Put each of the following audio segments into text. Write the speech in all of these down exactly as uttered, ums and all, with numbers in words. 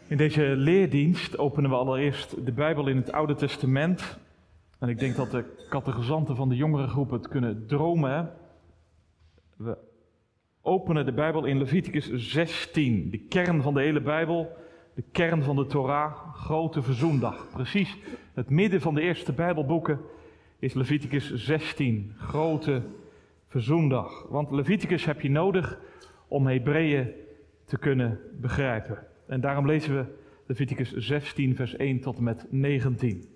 In deze leerdienst openen we allereerst de Bijbel in het Oude Testament. En ik denk dat de catechizanten van de jongere groep het kunnen dromen. Hè? We openen de Bijbel in Leviticus zestien, de kern van de hele Bijbel, de kern van de Torah, grote verzoendag. Precies het midden van de eerste Bijbelboeken is Leviticus zestien, grote verzoendag. Want Leviticus heb je nodig om Hebreeën te kunnen begrijpen. En daarom lezen we Leviticus zestien, vers één tot en met negentien.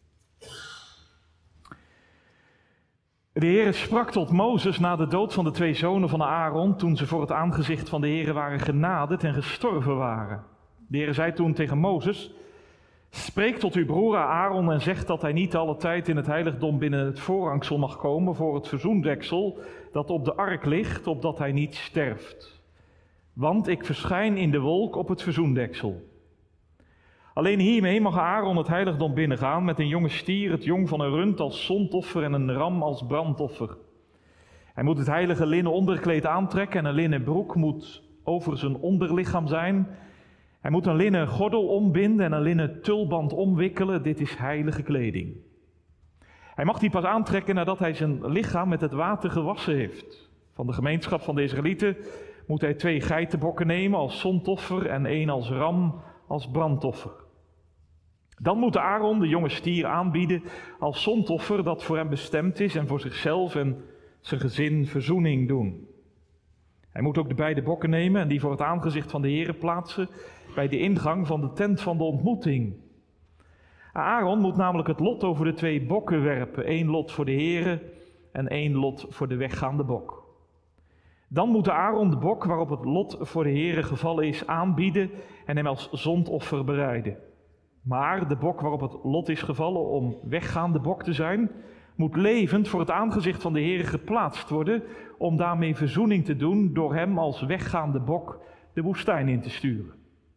De Heere sprak tot Mozes na de dood van de twee zonen van Aaron, toen ze voor het aangezicht van de Heere waren genaderd en gestorven waren. De Heere zei toen tegen Mozes: spreek tot uw broer Aaron en zeg dat hij niet alle tijd in het heiligdom binnen het voorhangsel mag komen voor het verzoendeksel dat op de ark ligt, opdat hij niet sterft. Want ik verschijn in de wolk op het verzoendeksel. Alleen hiermee mag Aaron het heiligdom binnengaan met een jonge stier, het jong van een rund als zondoffer en een ram als brandoffer. Hij moet het heilige linnen onderkleed aantrekken en een linnen broek moet over zijn onderlichaam zijn. Hij moet een linnen gordel ombinden en een linnen tulband omwikkelen. Dit is heilige kleding. Hij mag die pas aantrekken nadat hij zijn lichaam met het water gewassen heeft. Van de gemeenschap van de Israëlieten moet hij twee geitenbokken nemen als zondoffer en één als ram als brandoffer. Dan moet Aaron de jonge stier aanbieden als zondoffer dat voor hem bestemd is en voor zichzelf en zijn gezin verzoening doen. Hij moet ook de beide bokken nemen en die voor het aangezicht van de Heere plaatsen bij de ingang van de tent van de ontmoeting. Aaron moet namelijk het lot over de twee bokken werpen, één lot voor de Heere en één lot voor de weggaande bok. Dan moet Aaron de bok waarop het lot voor de Heere gevallen is aanbieden en hem als zondoffer bereiden. Maar de bok waarop het lot is gevallen om weggaande bok te zijn, moet levend voor het aangezicht van de Heere geplaatst worden om daarmee verzoening te doen door hem als weggaande bok de woestijn in te sturen.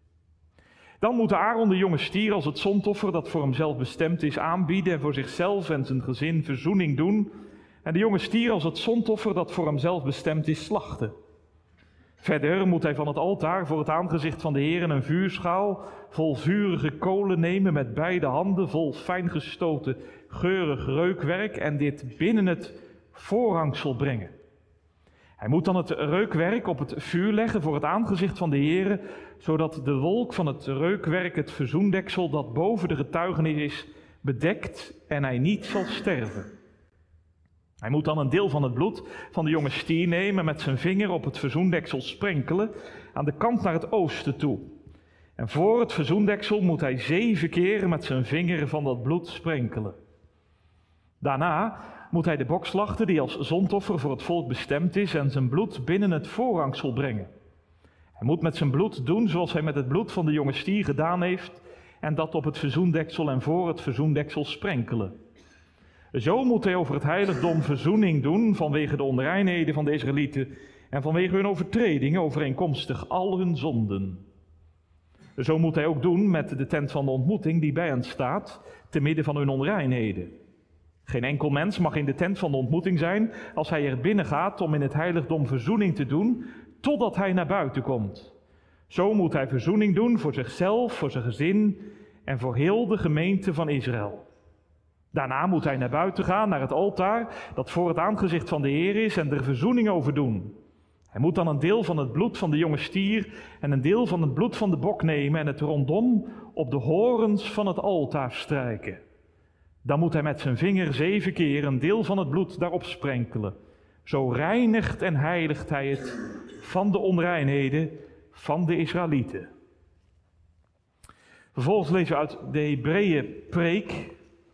Dan moet Aaron de jonge stier als het zondoffer dat voor hemzelf bestemd is aanbieden en voor zichzelf en zijn gezin verzoening doen. En de jonge stier als het zondoffer dat voor hemzelf bestemd is slachten. Verder moet hij van het altaar voor het aangezicht van de Heere een vuurschaal vol vurige kolen nemen met beide handen vol fijn gestoten geurig reukwerk en dit binnen het voorhangsel brengen. Hij moet dan het reukwerk op het vuur leggen voor het aangezicht van de Heere, zodat de wolk van het reukwerk het verzoendeksel dat boven de getuigenis is bedekt en hij niet zal sterven. Hij moet dan een deel van het bloed van de jonge stier nemen met zijn vinger op het verzoendeksel sprenkelen aan de kant naar het oosten toe. En voor het verzoendeksel moet hij zeven keer met zijn vinger van dat bloed sprenkelen. Daarna moet hij de bok slachten die als zondoffer voor het volk bestemd is en zijn bloed binnen het voorhangsel brengen. Hij moet met zijn bloed doen zoals hij met het bloed van de jonge stier gedaan heeft en dat op het verzoendeksel en voor het verzoendeksel sprenkelen. Zo moet hij over het heiligdom verzoening doen vanwege de onreinheden van de Israëlieten en vanwege hun overtredingen overeenkomstig al hun zonden. Zo moet hij ook doen met de tent van de ontmoeting die bij hen staat, te midden van hun onreinheden. Geen enkel mens mag in de tent van de ontmoeting zijn als hij er binnen gaat om in het heiligdom verzoening te doen, totdat hij naar buiten komt. Zo moet hij verzoening doen voor zichzelf, voor zijn gezin en voor heel de gemeente van Israël. Daarna moet hij naar buiten gaan, naar het altaar dat voor het aangezicht van de Heer is en er verzoening over doen. Hij moet dan een deel van het bloed van de jonge stier en een deel van het bloed van de bok nemen en het rondom op de horens van het altaar strijken. Dan moet hij met zijn vinger zeven keer een deel van het bloed daarop sprenkelen. Zo reinigt en heiligt hij het van de onreinheden van de Israëlieten. Vervolgens lezen we uit de Hebreeën preek.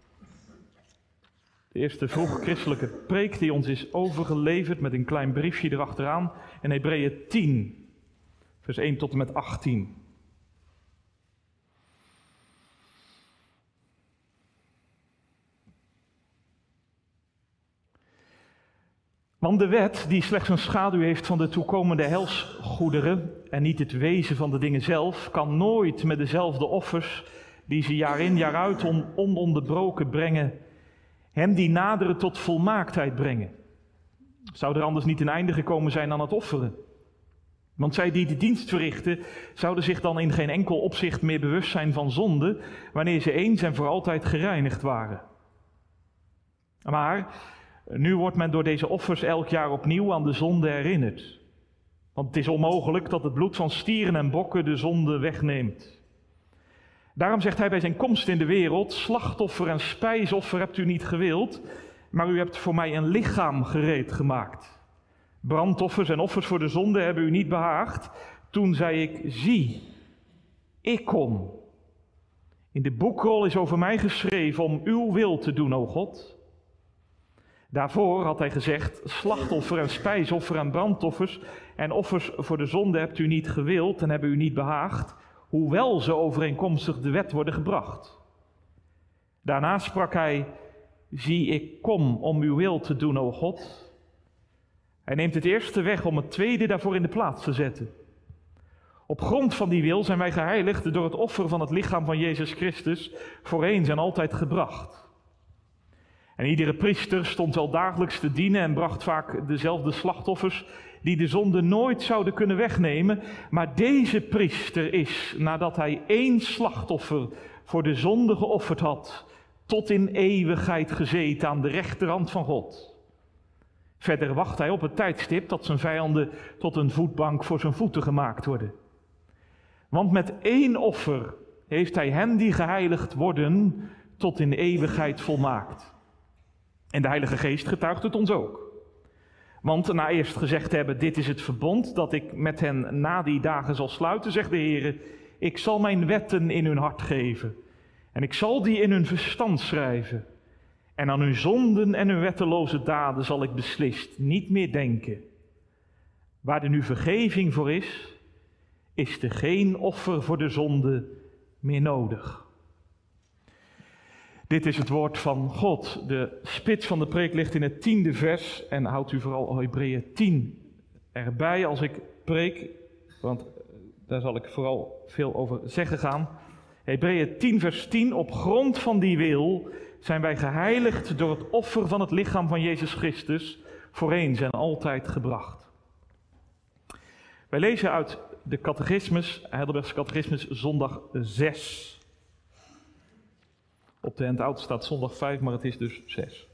De eerste vroege christelijke preek die ons is overgeleverd met een klein briefje erachteraan in Hebreeën tien, vers één tot en met achttien. Want de wet, die slechts een schaduw heeft van de toekomende helsgoederen en niet het wezen van de dingen zelf, kan nooit met dezelfde offers die ze jaar in jaar uit on, ononderbroken brengen, hem die naderen tot volmaaktheid brengen. Zou er anders niet een einde gekomen zijn aan het offeren? Want zij die de dienst verrichten, zouden zich dan in geen enkel opzicht meer bewust zijn van zonde, wanneer ze eens en voor altijd gereinigd waren. Maar nu wordt men door deze offers elk jaar opnieuw aan de zonde herinnerd. Want het is onmogelijk dat het bloed van stieren en bokken de zonde wegneemt. Daarom zegt hij bij zijn komst in de wereld: slachtoffer en spijsoffer hebt u niet gewild, maar u hebt voor mij een lichaam gereed gemaakt. Brandoffers en offers voor de zonde hebben u niet behaagd. Toen zei ik: zie, ik kom. In de boekrol is over mij geschreven om uw wil te doen, o God. Daarvoor had hij gezegd: slachtoffer en spijsoffer en brandoffers en offers voor de zonde hebt u niet gewild en hebben u niet behaagd, hoewel ze overeenkomstig de wet worden gebracht. Daarna sprak hij: zie, ik kom om uw wil te doen, o God. Hij neemt het eerste weg om het tweede daarvoor in de plaats te zetten. Op grond van die wil zijn wij geheiligd door het offer van het lichaam van Jezus Christus voor eens en altijd gebracht. En iedere priester stond wel dagelijks te dienen en bracht vaak dezelfde slachtoffers die de zonde nooit zouden kunnen wegnemen. Maar deze priester is, nadat hij één slachtoffer voor de zonde geofferd had, tot in eeuwigheid gezeten aan de rechterhand van God. Verder wacht hij op het tijdstip dat zijn vijanden tot een voetbank voor zijn voeten gemaakt worden. Want met één offer heeft hij hen die geheiligd worden tot in eeuwigheid volmaakt. En de Heilige Geest getuigt het ons ook. Want na eerst gezegd te hebben: dit is het verbond dat ik met hen na die dagen zal sluiten, zegt de Heer: ik zal mijn wetten in hun hart geven en ik zal die in hun verstand schrijven. En aan hun zonden en hun wetteloze daden zal ik beslist niet meer denken. Waar er nu vergeving voor is, is er geen offer voor de zonde meer nodig. Dit is het woord van God. De spits van de preek ligt in het tiende vers. En houdt u vooral Hebreeën tien erbij als ik preek, want daar zal ik vooral veel over zeggen gaan. Hebreeën tien vers tien, op grond van die wil zijn wij geheiligd door het offer van het lichaam van Jezus Christus voor eens en altijd gebracht. Wij lezen uit de catechismus, Heidelbergse catechismus, zondag zes. Op de handout staat zondag vijf, maar het is dus zes.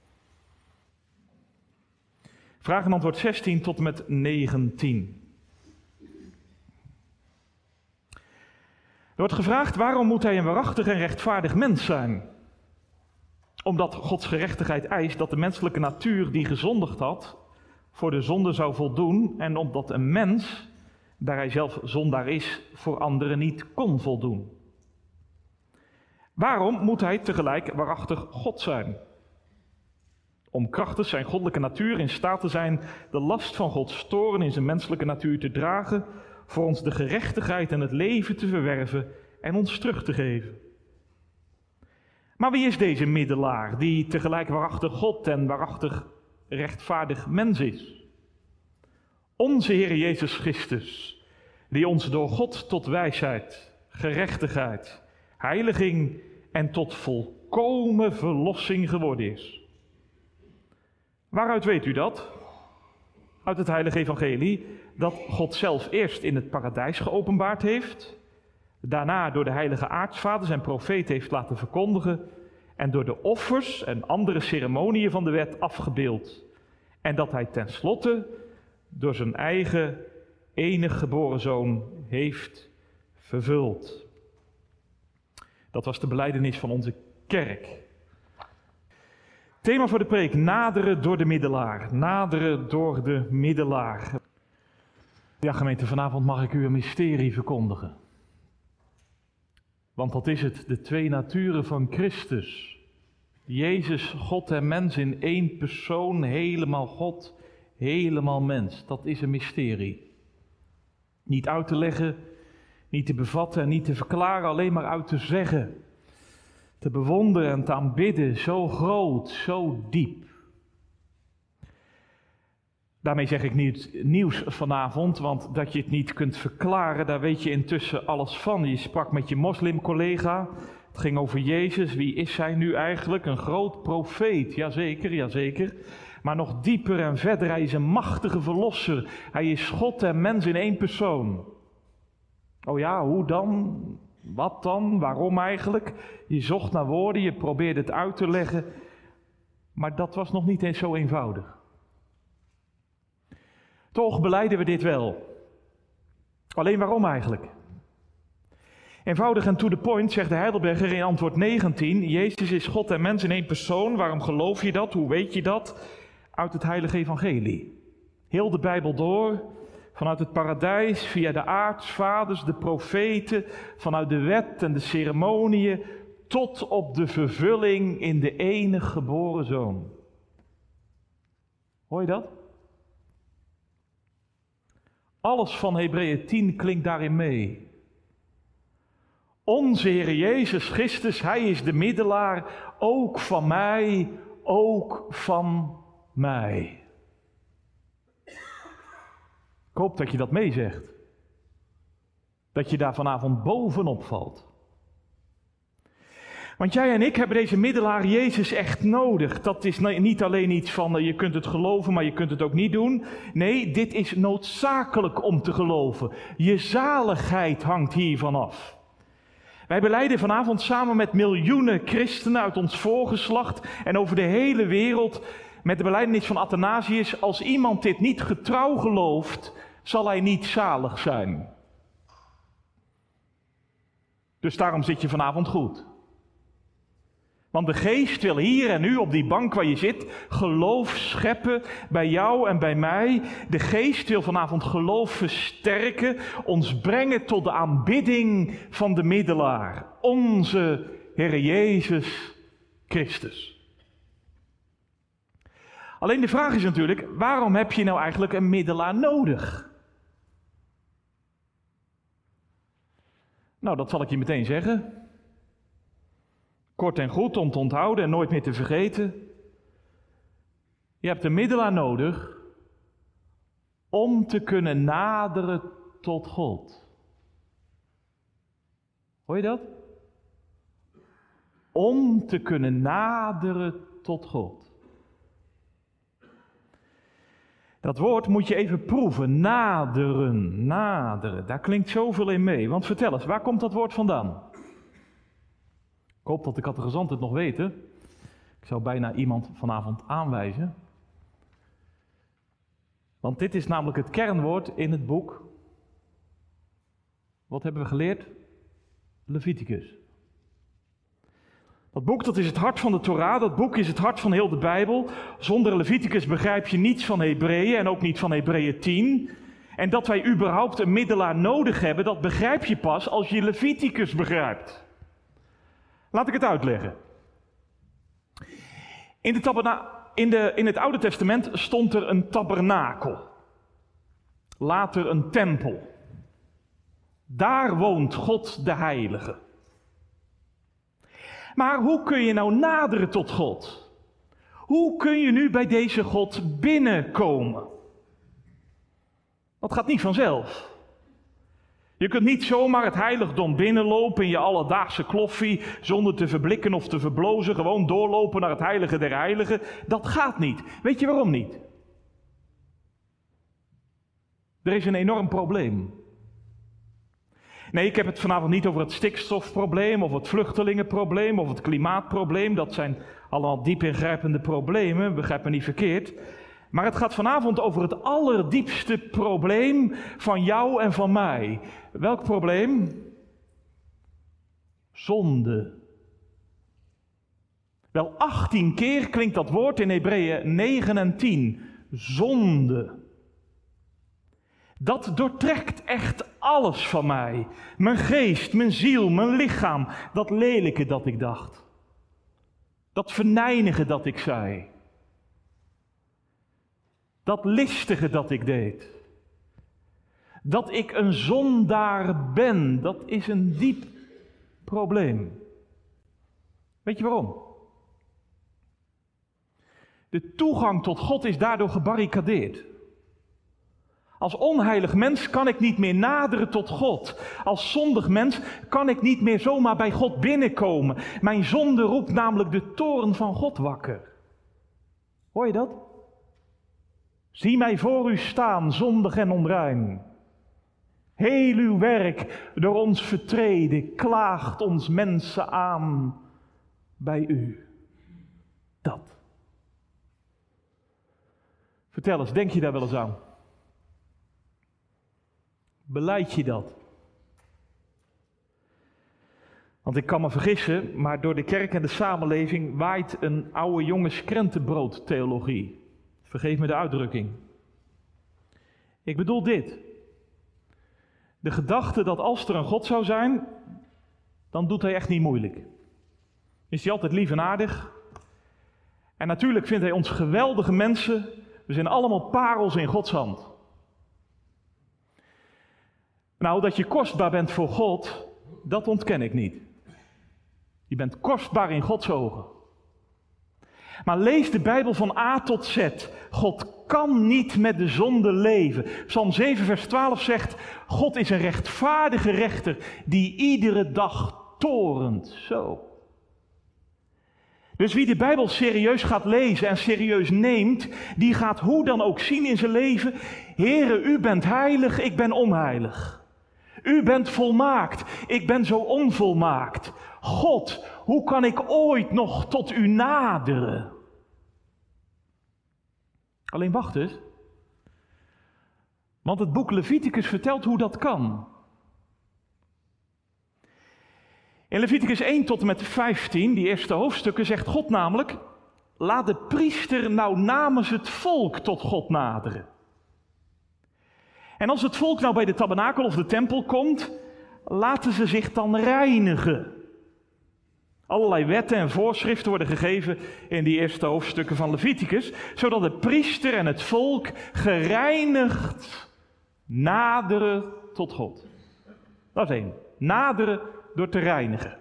Vraag en antwoord zestien tot en met negentien. Er wordt gevraagd: waarom moet hij een waarachtig en rechtvaardig mens zijn? Omdat Gods gerechtigheid eist dat de menselijke natuur die gezondigd had voor de zonde zou voldoen, en omdat een mens, daar hij zelf zondaar is, voor anderen niet kon voldoen. Waarom moet hij tegelijk waarachtig God zijn? Om krachtig zijn goddelijke natuur in staat te zijn de last van Gods toorn in zijn menselijke natuur te dragen, voor ons de gerechtigheid en het leven te verwerven en ons terug te geven. Maar wie is deze middelaar die tegelijk waarachtig God en waarachtig rechtvaardig mens is? Onze Heer Jezus Christus, die ons door God tot wijsheid, gerechtigheid, heiliging en tot volkomen verlossing geworden is. Waaruit weet u dat? Uit het heilige evangelie, dat God zelf eerst in het paradijs geopenbaard heeft, daarna door de heilige aartsvaders en profeten heeft laten verkondigen en door de offers en andere ceremoniën van de wet afgebeeld. En dat hij tenslotte door zijn eigen enig geboren zoon heeft vervuld. Dat was de belijdenis van onze kerk. Thema voor de preek: naderen door de middelaar. Naderen door de middelaar. Ja, gemeente, vanavond mag ik u een mysterie verkondigen. Want dat is het, de twee naturen van Christus. Jezus, God en mens in één persoon, helemaal God, helemaal mens. Dat is een mysterie. Niet uit te leggen, niet te bevatten en niet te verklaren, alleen maar uit te zeggen. Te bewonderen en te aanbidden, zo groot, zo diep. Daarmee zeg ik niet nieuws vanavond, want dat je het niet kunt verklaren, daar weet je intussen alles van. Je sprak met je moslimcollega, het ging over Jezus. Wie is hij nu eigenlijk? Een groot profeet, jazeker, jazeker. Maar nog dieper en verder, hij is een machtige verlosser. Hij is God en mens in één persoon. Oh ja, hoe dan? Wat dan? Waarom eigenlijk? Je zocht naar woorden, je probeerde het uit te leggen. Maar dat was nog niet eens zo eenvoudig. Toch belijden we dit wel. Alleen waarom eigenlijk? Eenvoudig en to the point zegt de Heidelberger in antwoord negentien. Jezus is God en mens in één persoon. Waarom geloof je dat? Hoe weet je dat? Uit het heilige evangelie. Heel de Bijbel door. Vanuit het paradijs, via de aartsvaders, de profeten, vanuit de wet en de ceremoniën, tot op de vervulling in de enige geboren Zoon. Hoor je dat? Alles van Hebreeën tien klinkt daarin mee. Onze Heer Jezus Christus, Hij is de middelaar, ook van mij, ook van mij. Ik hoop dat je dat meezegt. Dat je daar vanavond bovenop valt. Want jij en ik hebben deze middelaar Jezus echt nodig. Dat is niet alleen iets van uh, je kunt het geloven, maar je kunt het ook niet doen. Nee, dit is noodzakelijk om te geloven. Je zaligheid hangt hiervan af. Wij belijden vanavond samen met miljoenen christenen uit ons voorgeslacht en over de hele wereld met de belijdenis van Athanasius: als iemand dit niet getrouw gelooft, zal hij niet zalig zijn. Dus daarom zit je vanavond goed. Want de geest wil hier en nu op die bank waar je zit geloof scheppen bij jou en bij mij. De geest wil vanavond geloof versterken, ons brengen tot de aanbidding van de middelaar, onze Heer Jezus Christus. Alleen de vraag is natuurlijk, waarom heb je nou eigenlijk een middelaar nodig? Nou, dat zal ik je meteen zeggen. Kort en goed om te onthouden en nooit meer te vergeten. Je hebt een middelaar nodig om te kunnen naderen tot God. Hoor je dat? Om te kunnen naderen tot God. Dat woord moet je even proeven. Naderen, naderen. Daar klinkt zoveel in mee. Want vertel eens, waar komt dat woord vandaan? Ik hoop dat de catechizanten het nog weten. Ik zou bijna iemand vanavond aanwijzen. Want dit is namelijk het kernwoord in het boek. Wat hebben we geleerd? Leviticus. Dat boek, dat is het hart van de Torah. Dat boek is het hart van heel de Bijbel. Zonder Leviticus begrijp je niets van Hebreeën en ook niet van Hebreeën tien. En dat wij überhaupt een middelaar nodig hebben, dat begrijp je pas als je Leviticus begrijpt. Laat ik het uitleggen. In, de taberna- in, de, in het Oude Testament stond er een tabernakel. Later een tempel. Daar woont God de Heilige. Maar hoe kun je nou naderen tot God? Hoe kun je nu bij deze God binnenkomen? Dat gaat niet vanzelf. Je kunt niet zomaar het heiligdom binnenlopen in je alledaagse kloffie, zonder te verblikken of te verblozen, gewoon doorlopen naar het heilige der heiligen. Dat gaat niet. Weet je waarom niet? Er is een enorm probleem. Nee, ik heb het vanavond niet over het stikstofprobleem, of het vluchtelingenprobleem, of het klimaatprobleem. Dat zijn allemaal diep ingrijpende problemen, begrijp me niet verkeerd. Maar het gaat vanavond over het allerdiepste probleem van jou en van mij. Welk probleem? Zonde. Wel achttien keer klinkt dat woord in Hebreeën negen en tien. Zonde. Dat doortrekt echt alles van mij. Mijn geest, mijn ziel, mijn lichaam. Dat lelijke dat ik dacht. Dat venijnige dat ik zei. Dat listige dat ik deed. Dat ik een zondaar ben, dat is een diep probleem. Weet je waarom? De toegang tot God is daardoor gebarricadeerd. Als onheilig mens kan ik niet meer naderen tot God. Als zondig mens kan ik niet meer zomaar bij God binnenkomen. Mijn zonde roept namelijk de toorn van God wakker. Hoor je dat? Zie mij voor u staan, zondig en onrein. Heel uw werk door ons vertreden, klaagt ons mensen aan bij u. Dat. Vertel eens, denk je daar wel eens aan? Belijd je dat? Want ik kan me vergissen, maar door de kerk en de samenleving waait een oude jongens krentenbrood-theologie. Vergeef me de uitdrukking. Ik bedoel dit. De gedachte dat als er een God zou zijn, dan doet hij echt niet moeilijk. Is hij altijd lief en aardig. En natuurlijk vindt hij ons geweldige mensen. We zijn allemaal parels in Gods hand. Nou, dat je kostbaar bent voor God, dat ontken ik niet. Je bent kostbaar in Gods ogen. Maar lees de Bijbel van A tot Z. God kan niet met de zonde leven. Psalm zeven vers twaalf zegt, God is een rechtvaardige rechter die iedere dag torent. Zo. Dus wie de Bijbel serieus gaat lezen en serieus neemt, die gaat hoe dan ook zien in zijn leven, Heere, u bent heilig, ik ben onheilig. U bent volmaakt, ik ben zo onvolmaakt. God, hoe kan ik ooit nog tot u naderen? Alleen wacht eens. Want het boek Leviticus vertelt hoe dat kan. In Leviticus één tot en met vijftien, die eerste hoofdstukken, zegt God namelijk, laat de priester nou namens het volk tot God naderen. En als het volk nou bij de tabernakel of de tempel komt, laten ze zich dan reinigen. Allerlei wetten en voorschriften worden gegeven in die eerste hoofdstukken van Leviticus, zodat de priester en het volk gereinigd naderen tot God. Dat is één. Naderen door te reinigen.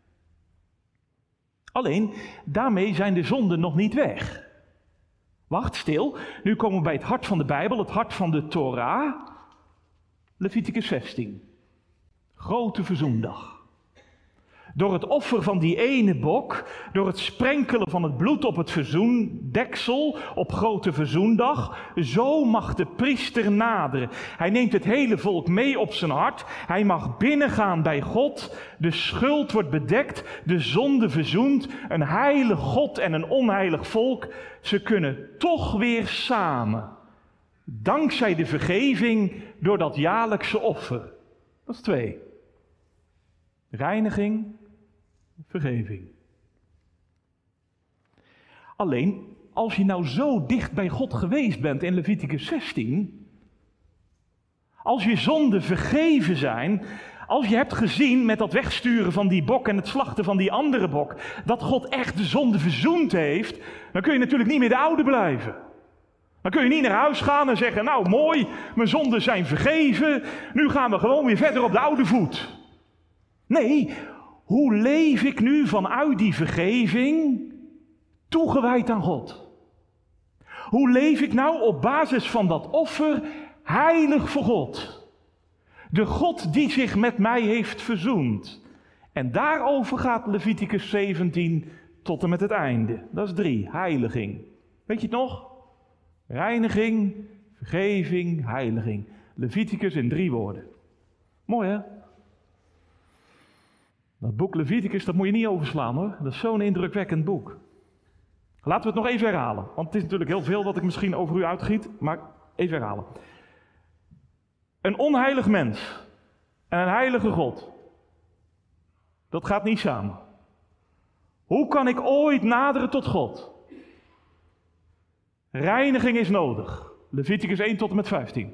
Alleen, daarmee zijn de zonden nog niet weg. Wacht stil, nu komen we bij het hart van de Bijbel, het hart van de Torah. Leviticus zestien. Grote verzoendag. Door het offer van die ene bok, door het sprenkelen van het bloed op het verzoendeksel op grote verzoendag, zo mag de priester naderen. Hij neemt het hele volk mee op zijn hart. Hij mag binnengaan bij God. De schuld wordt bedekt, de zonde verzoend. Een heilig God en een onheilig volk, ze kunnen toch weer samen. Dankzij de vergeving door dat jaarlijkse offer. Dat is twee. Reiniging, vergeving. Alleen, als je nou zo dicht bij God geweest bent in Leviticus zestien, als je zonden vergeven zijn, als je hebt gezien met dat wegsturen van die bok en het slachten van die andere bok, dat God echt de zonde verzoend heeft, dan kun je natuurlijk niet meer de oude blijven. Dan kun je niet naar huis gaan en zeggen, nou mooi, mijn zonden zijn vergeven, nu gaan we gewoon weer verder op de oude voet. Nee, hoe leef ik nu vanuit die vergeving toegewijd aan God? Hoe leef ik nou op basis van dat offer heilig voor God? De God die zich met mij heeft verzoend. En daarover gaat Leviticus zeventien tot en met het einde. Dat is drie, heiliging. Weet je het nog? Reiniging, vergeving, heiliging. Leviticus in drie woorden. Mooi hè? Dat boek Leviticus, dat moet je niet overslaan hoor. Dat is zo'n indrukwekkend boek. Laten we het nog even herhalen. Want het is natuurlijk heel veel wat ik misschien over u uitgiet. Maar even herhalen. Een onheilig mens en een heilige God. Dat gaat niet samen. Hoe kan ik ooit naderen tot God? Reiniging is nodig. Leviticus één tot en met vijftien.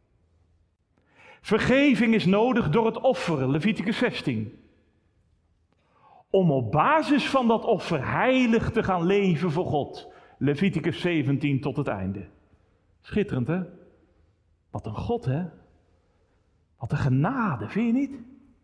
Vergeving is nodig door het offeren. Leviticus zestien. Om op basis van dat offer heilig te gaan leven voor God. Leviticus zeventien tot het einde. Schitterend hè? Wat een God hè? Wat een genade, vind je niet?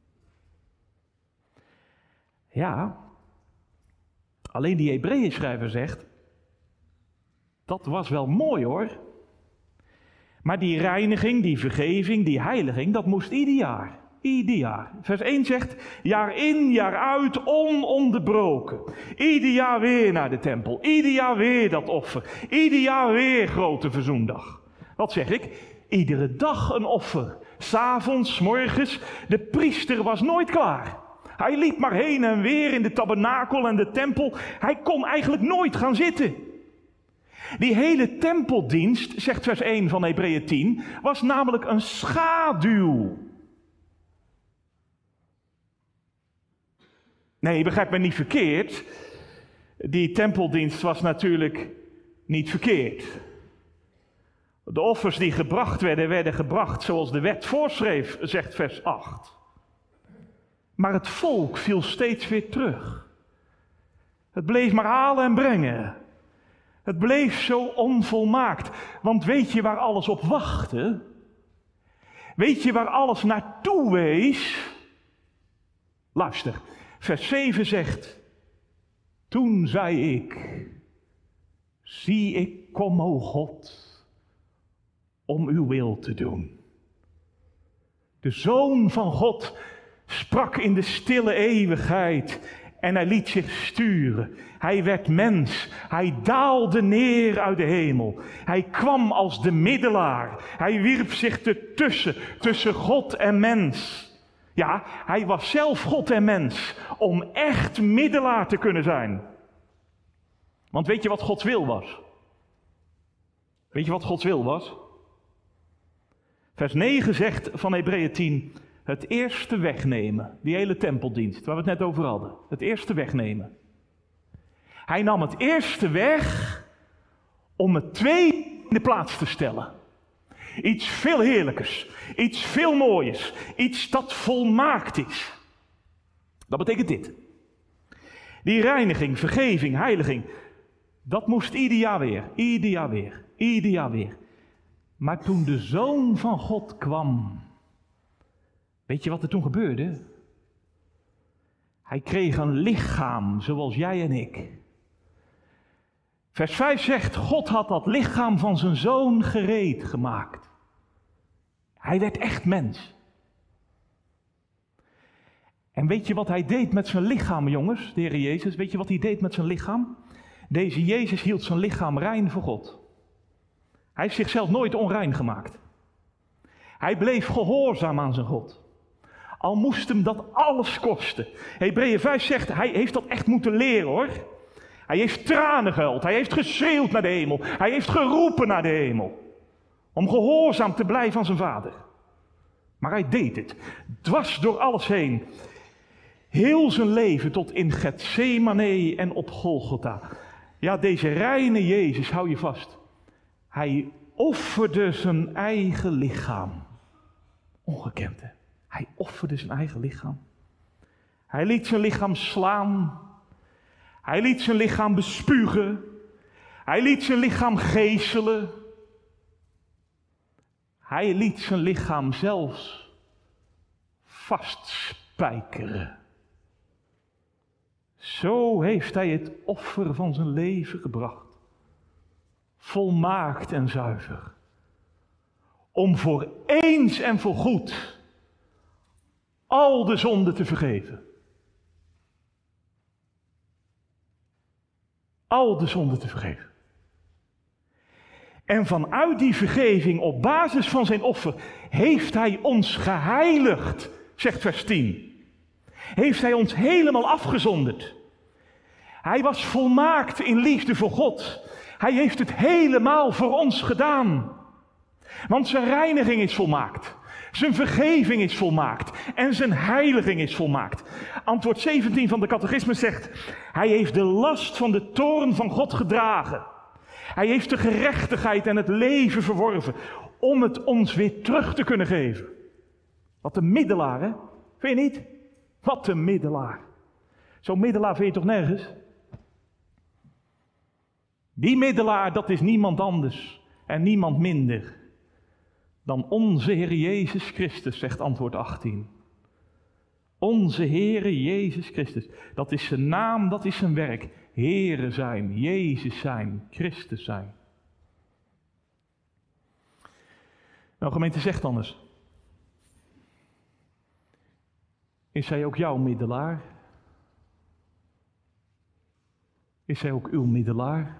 Ja, alleen die Hebreeënschrijver zegt, dat was wel mooi hoor. Maar die reiniging, die vergeving, die heiliging, dat moest ieder jaar. Ieder jaar. Vers één zegt, jaar in, jaar uit, ononderbroken. Ieder jaar weer naar de tempel. Ieder jaar weer dat offer. Ieder jaar weer grote verzoendag. Wat zeg ik? Iedere dag een offer. 's Avonds, 's morgens. De priester was nooit klaar. Hij liep maar heen en weer in de tabernakel en de tempel. Hij kon eigenlijk nooit gaan zitten. Die hele tempeldienst, zegt vers één van Hebreeën tien, was namelijk een schaduw. Nee, begrijp me niet verkeerd. Die tempeldienst was natuurlijk niet verkeerd. De offers die gebracht werden, werden gebracht zoals de wet voorschreef, zegt vers acht. Maar het volk viel steeds weer terug. Het bleef maar halen en brengen. Het bleef zo onvolmaakt. Want weet je waar alles op wachtte? Weet je waar alles naartoe wees? Luister, vers zeven zegt, toen zei ik, zie ik kom, o God, om uw wil te doen. De Zoon van God sprak in de stille eeuwigheid en hij liet zich sturen. Hij werd mens, hij daalde neer uit de hemel. Hij kwam als de middelaar. Hij wierp zich ertussen, tussen God en mens. Ja, hij was zelf God en mens, om echt middelaar te kunnen zijn. Want weet je wat Gods wil was? Weet je wat Gods wil was? Vers negen zegt van Hebreeën tien, het eerste wegnemen, die hele tempeldienst waar we het net over hadden. Het eerste wegnemen. Hij nam het eerste weg om het tweede in de plaats te stellen. Iets veel heerlijkers, iets veel mooiers, iets dat volmaakt is. Dat betekent dit. Die reiniging, vergeving, heiliging, dat moest ieder jaar weer, ieder jaar weer, ieder jaar weer. Maar toen de Zoon van God kwam, weet je wat er toen gebeurde? Hij kreeg een lichaam zoals jij en ik. Vers vijf zegt, God had dat lichaam van zijn Zoon gereed gemaakt. Hij werd echt mens. En weet je wat hij deed met zijn lichaam, jongens, de Heer Jezus? Weet je wat hij deed met zijn lichaam? Deze Jezus hield zijn lichaam rein voor God. Hij heeft zichzelf nooit onrein gemaakt. Hij bleef gehoorzaam aan zijn God. Al moest hem dat alles kosten. Hebreeën vijf zegt, hij heeft dat echt moeten leren hoor. Hij heeft tranen gehuild, hij heeft geschreeuwd naar de hemel. Hij heeft geroepen naar de hemel. Om gehoorzaam te blijven aan zijn vader. Maar hij deed het. Dwars door alles heen. Heel zijn leven tot in Getsemane en op Golgotha. Ja, deze reine Jezus, hou je vast. Hij offerde zijn eigen lichaam. Ongekend hè. Hij offerde zijn eigen lichaam. Hij liet zijn lichaam slaan. Hij liet zijn lichaam bespugen. Hij liet zijn lichaam geeselen. Hij liet zijn lichaam zelfs vastspijkeren. Zo heeft hij het offer van zijn leven gebracht. Volmaakt en zuiver. Om voor eens en voor goed al de zonden te vergeven. Al de zonden te vergeven. En vanuit die vergeving, op basis van zijn offer, heeft hij ons geheiligd, zegt vers tien. Heeft hij ons helemaal afgezonderd. Hij was volmaakt in liefde voor God. Hij heeft het helemaal voor ons gedaan. Want zijn reiniging is volmaakt. Zijn vergeving is volmaakt. En zijn heiliging is volmaakt. Antwoord zeventien van de catechismus zegt, hij heeft de last van de toorn van God gedragen. Hij heeft de gerechtigheid en het leven verworven om het ons weer terug te kunnen geven. Wat een middelaar, hè? Vind je niet? Wat een middelaar. Zo'n middelaar vind je toch nergens? Die middelaar, dat is niemand anders en niemand minder dan onze Heer Jezus Christus, zegt antwoord achttien. Onze Heere Jezus Christus. Dat is zijn naam, dat is zijn werk. Heere zijn, Jezus zijn, Christus zijn. Nou, gemeente, zegt anders. Is zij ook jouw middelaar? Is zij ook uw middelaar?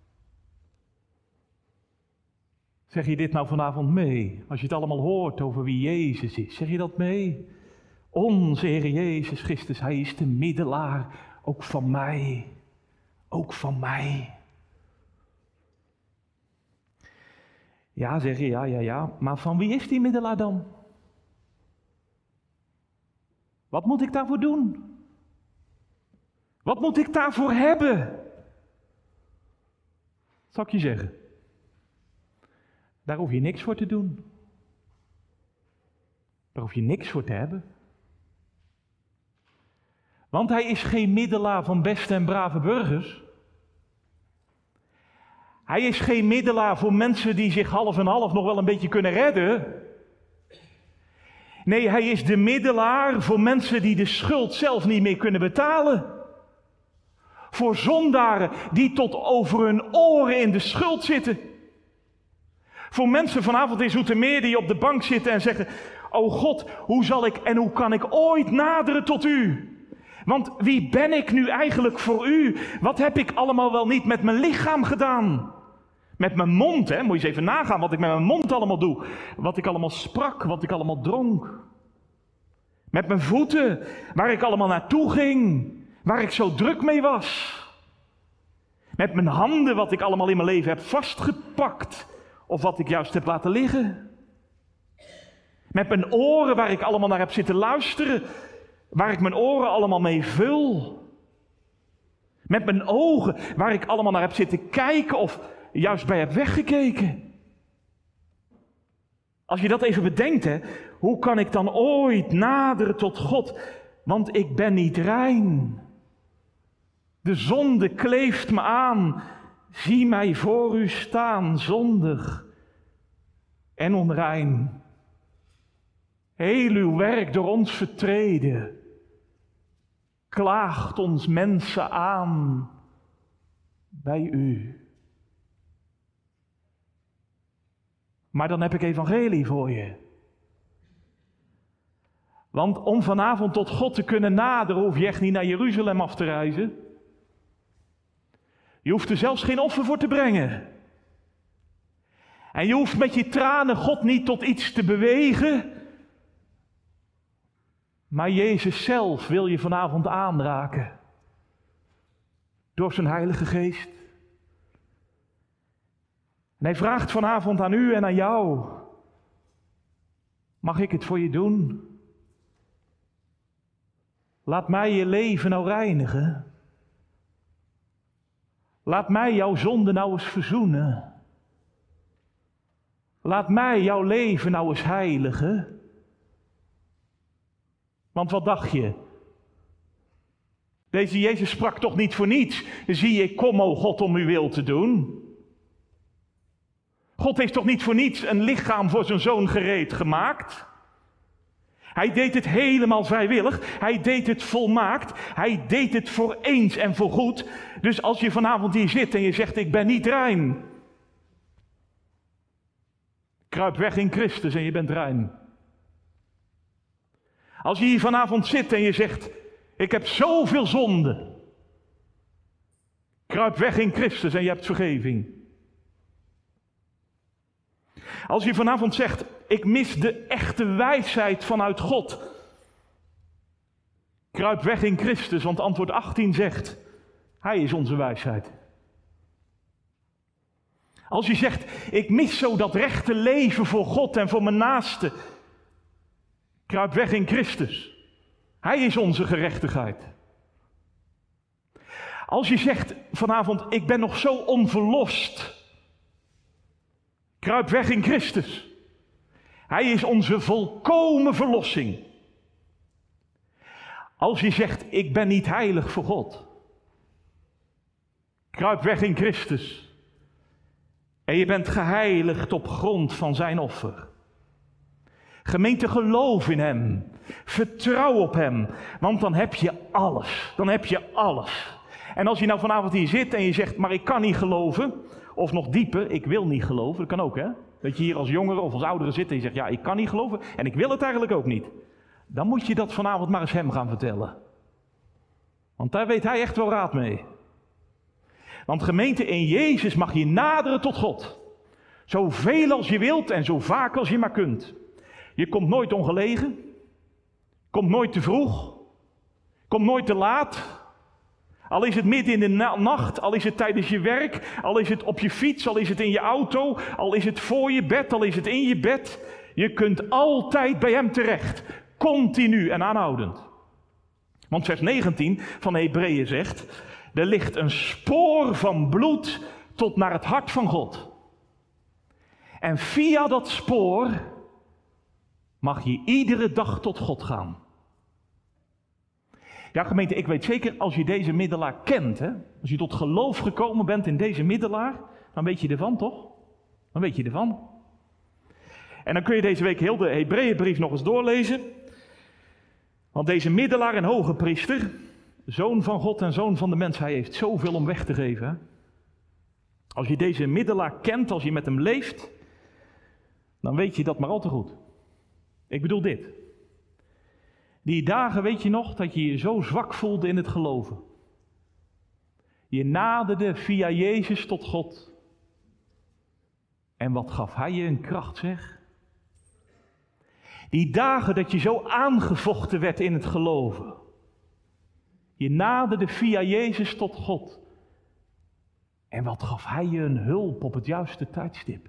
Zeg je dit nou vanavond mee? Als je het allemaal hoort over wie Jezus is, zeg je dat mee? Onze Heer Jezus Christus, Hij is de middelaar, ook van mij. Ook van mij. Ja, zeg je, ja, ja, ja. Maar van wie is die middelaar dan? Wat moet ik daarvoor doen? Wat moet ik daarvoor hebben? Zal ik je zeggen? Daar hoef je niks voor te doen. Daar hoef je niks voor te hebben. Want Hij is geen middelaar van beste en brave burgers. Hij is geen middelaar voor mensen die zich half en half nog wel een beetje kunnen redden. Nee, Hij is de middelaar voor mensen die de schuld zelf niet meer kunnen betalen. Voor zondaren die tot over hun oren in de schuld zitten. Voor mensen vanavond in Zoetermeer die op de bank zitten en zeggen: O God, hoe zal ik en hoe kan ik ooit naderen tot U? Want wie ben ik nu eigenlijk voor U? Wat heb ik allemaal wel niet met mijn lichaam gedaan? Met mijn mond, hè? Moet je eens even nagaan wat ik met mijn mond allemaal doe. Wat ik allemaal sprak, wat ik allemaal dronk. Met mijn voeten, waar ik allemaal naartoe ging. Waar ik zo druk mee was. Met mijn handen, wat ik allemaal in mijn leven heb vastgepakt. Of wat ik juist heb laten liggen. Met mijn oren, waar ik allemaal naar heb zitten luisteren. Waar ik mijn oren allemaal mee vul. Met mijn ogen, waar ik allemaal naar heb zitten kijken of juist bij heb weggekeken. Als je dat even bedenkt, hè, hoe kan ik dan ooit naderen tot God? Want ik ben niet rein. De zonde kleeft me aan. Zie mij voor U staan, zondig en onrein. Heel Uw werk door ons vertreden. Klaagt ons mensen aan bij U. Maar dan heb ik evangelie voor je. Want om vanavond tot God te kunnen naderen, hoef je echt niet naar Jeruzalem af te reizen. Je hoeft er zelfs geen offer voor te brengen. En je hoeft met je tranen God niet tot iets te bewegen. Maar Jezus zelf wil je vanavond aanraken. Door zijn Heilige Geest. En Hij vraagt vanavond aan u en aan jou: mag ik het voor je doen? Laat mij je leven nou reinigen. Laat mij jouw zonde nou eens verzoenen. Laat mij jouw leven nou eens heiligen. Want wat dacht je? Deze Jezus sprak toch niet voor niets: zie, ik kom, o God, om uw wil te doen. God heeft toch niet voor niets een lichaam voor zijn zoon gereed gemaakt? Hij deed het helemaal vrijwillig. Hij deed het volmaakt. Hij deed het voor eens en voor goed. Dus als je vanavond hier zit en je zegt: ik ben niet rein. Kruip weg in Christus en je bent rein. Als je hier vanavond zit en je zegt: ik heb zoveel zonde. Kruip weg in Christus en je hebt vergeving. Als je vanavond zegt: ik mis de echte wijsheid vanuit God. Kruip weg in Christus, want antwoord achttien zegt: Hij is onze wijsheid. Als je zegt: ik mis zo dat rechte leven voor God en voor mijn naaste. Kruip weg in Christus. Hij is onze gerechtigheid. Als je zegt vanavond: ik ben nog zo onverlost. Kruip weg in Christus. Hij is onze volkomen verlossing. Als je zegt: ik ben niet heilig voor God. Kruip weg in Christus. En je bent geheiligd op grond van zijn offer. Gemeente, geloof in hem. Vertrouw op hem. Want dan heb je alles. Dan heb je alles. En als je nou vanavond hier zit en je zegt: maar ik kan niet geloven. Of nog dieper: ik wil niet geloven. Dat kan ook, hè. Dat je hier als jongere of als oudere zit en je zegt: ja, ik kan niet geloven en ik wil het eigenlijk ook niet. dan moet je dat vanavond maar eens hem gaan vertellen. Want daar weet hij echt wel raad mee. Want gemeente, in Jezus mag je naderen tot God. Zoveel als je wilt en zo vaak als je maar kunt. Je komt nooit ongelegen. Komt nooit te vroeg. Komt nooit te laat. Al is het midden in de na- nacht, al is het tijdens je werk, al is het op je fiets, al is het in je auto, al is het voor je bed, al is het in je bed. Je kunt altijd bij hem terecht. Continu en aanhoudend. Want vers negentien van de Hebreeën zegt, er ligt een spoor van bloed tot naar het hart van God. En via dat spoor mag je iedere dag tot God gaan. Ja, gemeente, ik weet zeker, als je deze middelaar kent, hè, als je tot geloof gekomen bent in deze middelaar, dan weet je ervan, toch? Dan weet je ervan. En dan kun je deze week heel de Hebreeënbrief nog eens doorlezen. Want deze middelaar en hoge priester, zoon van God en zoon van de mens, hij heeft zoveel om weg te geven. Hè? Als je deze middelaar kent, als je met hem leeft, dan weet je dat maar al te goed. Ik bedoel dit. Die dagen, weet je nog, dat je je zo zwak voelde in het geloven. Je naderde via Jezus tot God. En wat gaf hij je een kracht, zeg? Die dagen dat je zo aangevochten werd in het geloven. Je naderde via Jezus tot God. En wat gaf hij je een hulp op het juiste tijdstip?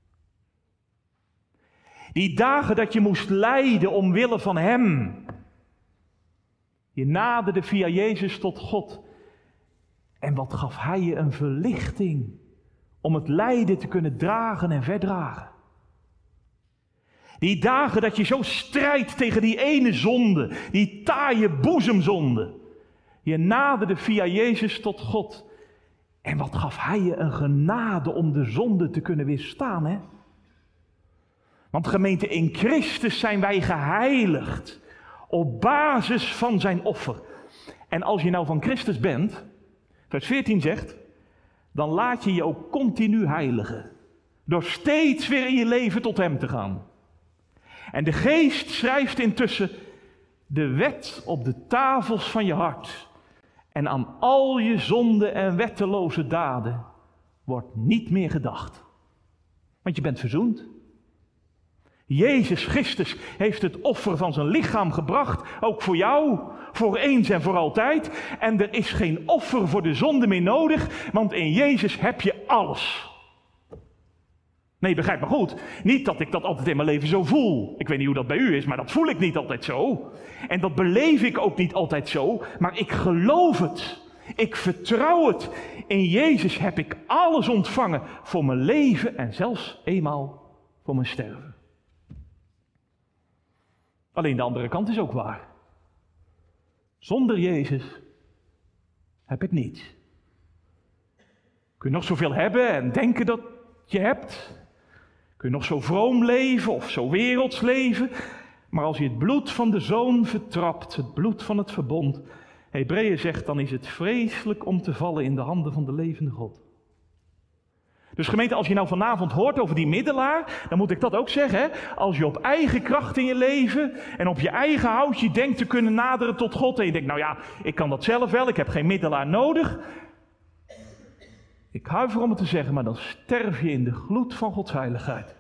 Die dagen dat je moest lijden omwille van hem. Je naderde via Jezus tot God. En wat gaf hij je een verlichting om het lijden te kunnen dragen en verdragen. Die dagen dat je zo strijdt tegen die ene zonde, die taaie boezemzonde. Je naderde via Jezus tot God. En wat gaf hij je een genade om de zonde te kunnen weerstaan, hè? Want gemeente, in Christus zijn wij geheiligd op basis van zijn offer. En als je nou van Christus bent, vers veertien zegt, dan laat je je ook continu heiligen. Door steeds weer in je leven tot hem te gaan. En de geest schrijft intussen de wet op de tafels van je hart. En aan al je zonde en wetteloze daden wordt niet meer gedacht. Want je bent verzoend. Jezus Christus heeft het offer van zijn lichaam gebracht, ook voor jou, voor eens en voor altijd. En er is geen offer voor de zonde meer nodig, want in Jezus heb je alles. Nee, begrijp me goed. Niet dat ik dat altijd in mijn leven zo voel. Ik weet niet hoe dat bij u is, maar dat voel ik niet altijd zo. En dat beleef ik ook niet altijd zo, maar ik geloof het. Ik vertrouw het. In Jezus heb ik alles ontvangen voor mijn leven en zelfs eenmaal voor mijn sterven. Alleen de andere kant is ook waar. Zonder Jezus heb ik niets. Kun je nog zoveel hebben en denken dat je hebt. Kun je nog zo vroom leven of zo werelds leven. Maar als je het bloed van de Zoon vertrapt, het bloed van het verbond. Hebreeën zegt, dan is het vreselijk om te vallen in de handen van de levende God. Dus gemeente, als je nou vanavond hoort over die middelaar, dan moet ik dat ook zeggen. Hè? Als je op eigen kracht in je leven en op je eigen houtje denkt te kunnen naderen tot God. En je denkt, nou ja, ik kan dat zelf wel, ik heb geen middelaar nodig. Ik huiver om het te zeggen, maar dan sterf je in de gloed van Gods heiligheid.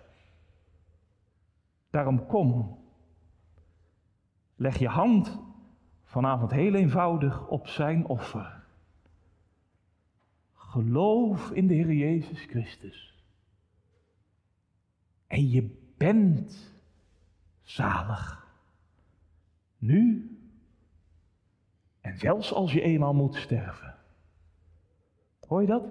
Daarom kom. Leg je hand vanavond heel eenvoudig op zijn offer. Geloof in de Heer Jezus Christus. En je bent zalig. Nu en zelfs als je eenmaal moet sterven. Hoor je dat?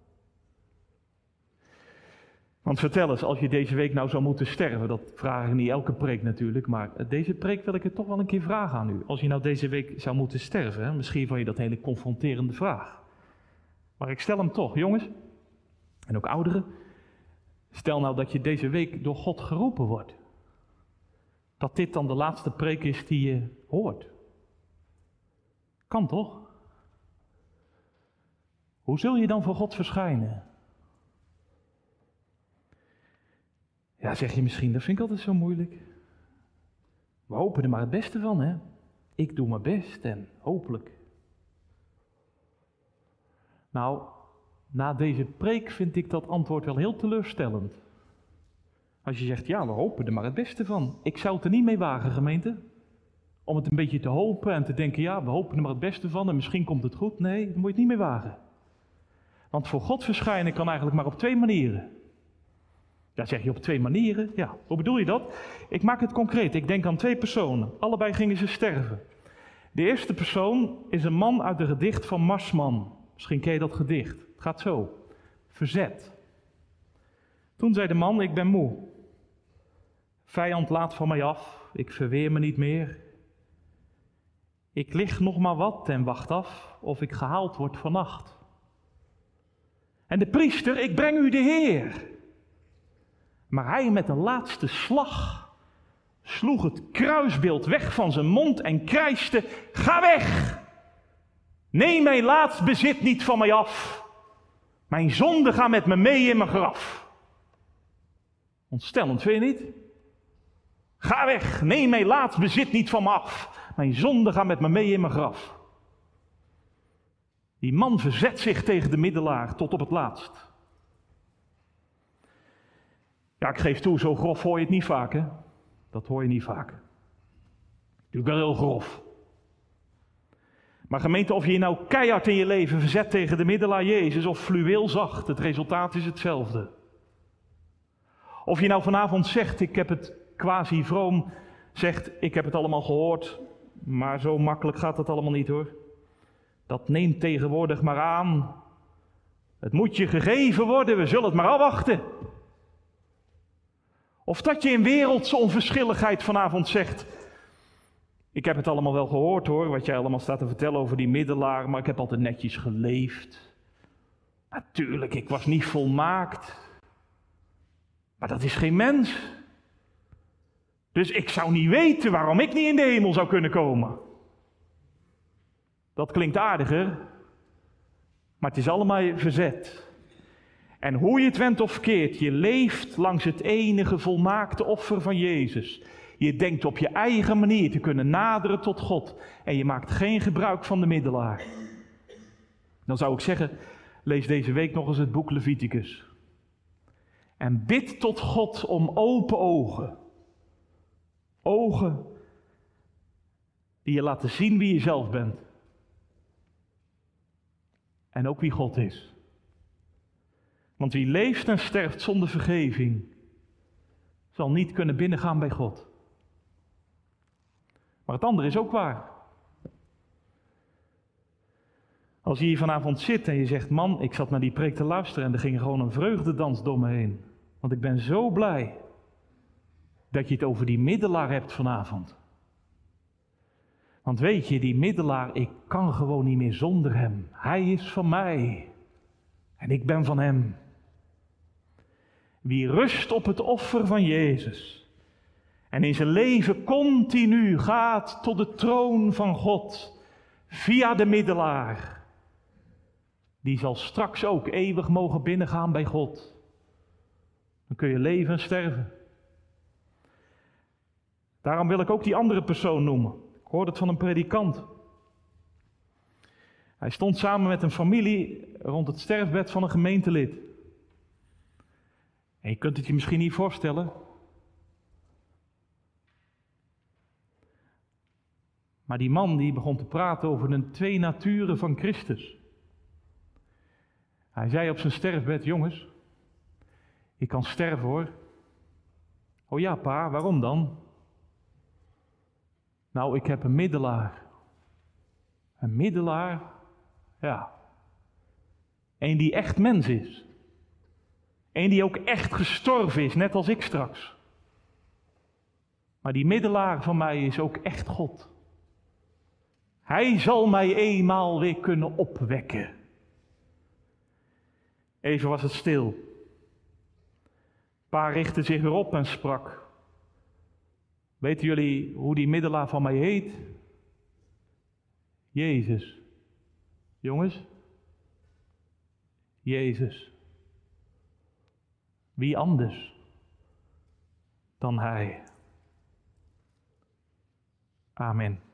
Want vertel eens, als je deze week nou zou moeten sterven, dat vraag ik niet elke preek natuurlijk, maar deze preek wil ik het toch wel een keer vragen aan u. Als je nou deze week zou moeten sterven, hè, misschien vond je dat een hele confronterende vraag. Maar ik stel hem toch, jongens, en ook ouderen. Stel nou dat je deze week door God geroepen wordt. Dat dit dan de laatste preek is die je hoort. Kan toch? Hoe zul je dan voor God verschijnen? Ja, zeg je misschien, dat vind ik altijd zo moeilijk. We hopen er maar het beste van, hè? Ik doe mijn best en hopelijk. Nou, na deze preek vind ik dat antwoord wel heel teleurstellend. Als je zegt, ja, we hopen er maar het beste van. Ik zou het er niet mee wagen, gemeente. Om het een beetje te hopen en te denken, ja, we hopen er maar het beste van en misschien komt het goed. Nee, daar moet je het niet mee wagen. Want voor God verschijnen kan eigenlijk maar op twee manieren. Ja, zeg je op twee manieren? Ja, hoe bedoel je dat? Ik maak het concreet. Ik denk aan twee personen. Allebei gingen ze sterven. De eerste persoon is een man uit het gedicht van Marsman. Misschien ken je dat gedicht. Het gaat zo. Verzet. Toen zei de man, ik ben moe. Vijand laat van mij af. Ik verweer me niet meer. Ik lig nog maar wat en wacht af of ik gehaald word vannacht. En de priester, ik breng u de Heer. Maar hij met een laatste slag sloeg het kruisbeeld weg van zijn mond en krijste, ga weg! Neem mijn laatst bezit niet van mij af. Mijn zonden gaan met me mee in mijn graf. Ontstellend, vind je niet? Ga weg, neem mijn laatst bezit niet van me af. Mijn zonden gaan met me mee in mijn graf. Die man verzet zich tegen de middelaar tot op het laatst. Ja, ik geef toe, zo grof hoor je het niet vaak, hè? Dat hoor je niet vaak. Natuurlijk wel heel grof. Maar gemeente, of je je nou keihard in je leven verzet tegen de middelaar Jezus of fluweelzacht, het resultaat is hetzelfde. Of je nou vanavond zegt, ik heb het quasi vroom, zegt, ik heb het allemaal gehoord, maar zo makkelijk gaat het allemaal niet hoor. Dat neemt tegenwoordig maar aan. Het moet je gegeven worden, we zullen het maar afwachten. Of dat je in wereldse onverschilligheid vanavond zegt, ik heb het allemaal wel gehoord hoor, wat jij allemaal staat te vertellen over die middelaar, maar ik heb altijd netjes geleefd. Natuurlijk, ik was niet volmaakt. Maar dat is geen mens. Dus ik zou niet weten waarom ik niet in de hemel zou kunnen komen. Dat klinkt aardiger, maar het is allemaal verzet. En hoe je het went of keert, je leeft langs het enige volmaakte offer van Jezus. Je denkt op je eigen manier te kunnen naderen tot God. En je maakt geen gebruik van de middelaar. Dan zou ik zeggen, lees deze week nog eens het boek Leviticus. En bid tot God om open ogen. Ogen die je laten zien wie je zelf bent. En ook wie God is. Want wie leeft en sterft zonder vergeving, zal niet kunnen binnengaan bij God. Maar het andere is ook waar. Als je hier vanavond zit en je zegt, man, ik zat naar die preek te luisteren en er ging gewoon een vreugdedans door me heen. Want ik ben zo blij dat je het over die middelaar hebt vanavond. Want weet je, die middelaar, ik kan gewoon niet meer zonder hem. Hij is van mij en ik ben van hem. Wie rust op het offer van Jezus en in zijn leven continu gaat tot de troon van God via de middelaar, die zal straks ook eeuwig mogen binnengaan bij God. Dan kun je leven en sterven. Daarom wil ik ook die andere persoon noemen. Ik hoorde het van een predikant. Hij stond samen met een familie rond het sterfbed van een gemeentelid. En je kunt het je misschien niet voorstellen. Maar die man die begon te praten over de twee naturen van Christus. Hij zei op zijn sterfbed, jongens, ik kan sterven hoor. Oh ja pa, waarom dan? Nou, ik heb een middelaar. Een middelaar, ja. Eén die echt mens is. Eén die ook echt gestorven is, net als ik straks. Maar die middelaar van mij is ook echt God. Hij zal mij eenmaal weer kunnen opwekken. Even was het stil. Pa richtte zich weer op en sprak. Weten jullie hoe die middelaar van mij heet? Jezus. Jongens? Jezus. Wie anders dan Hij? Amen.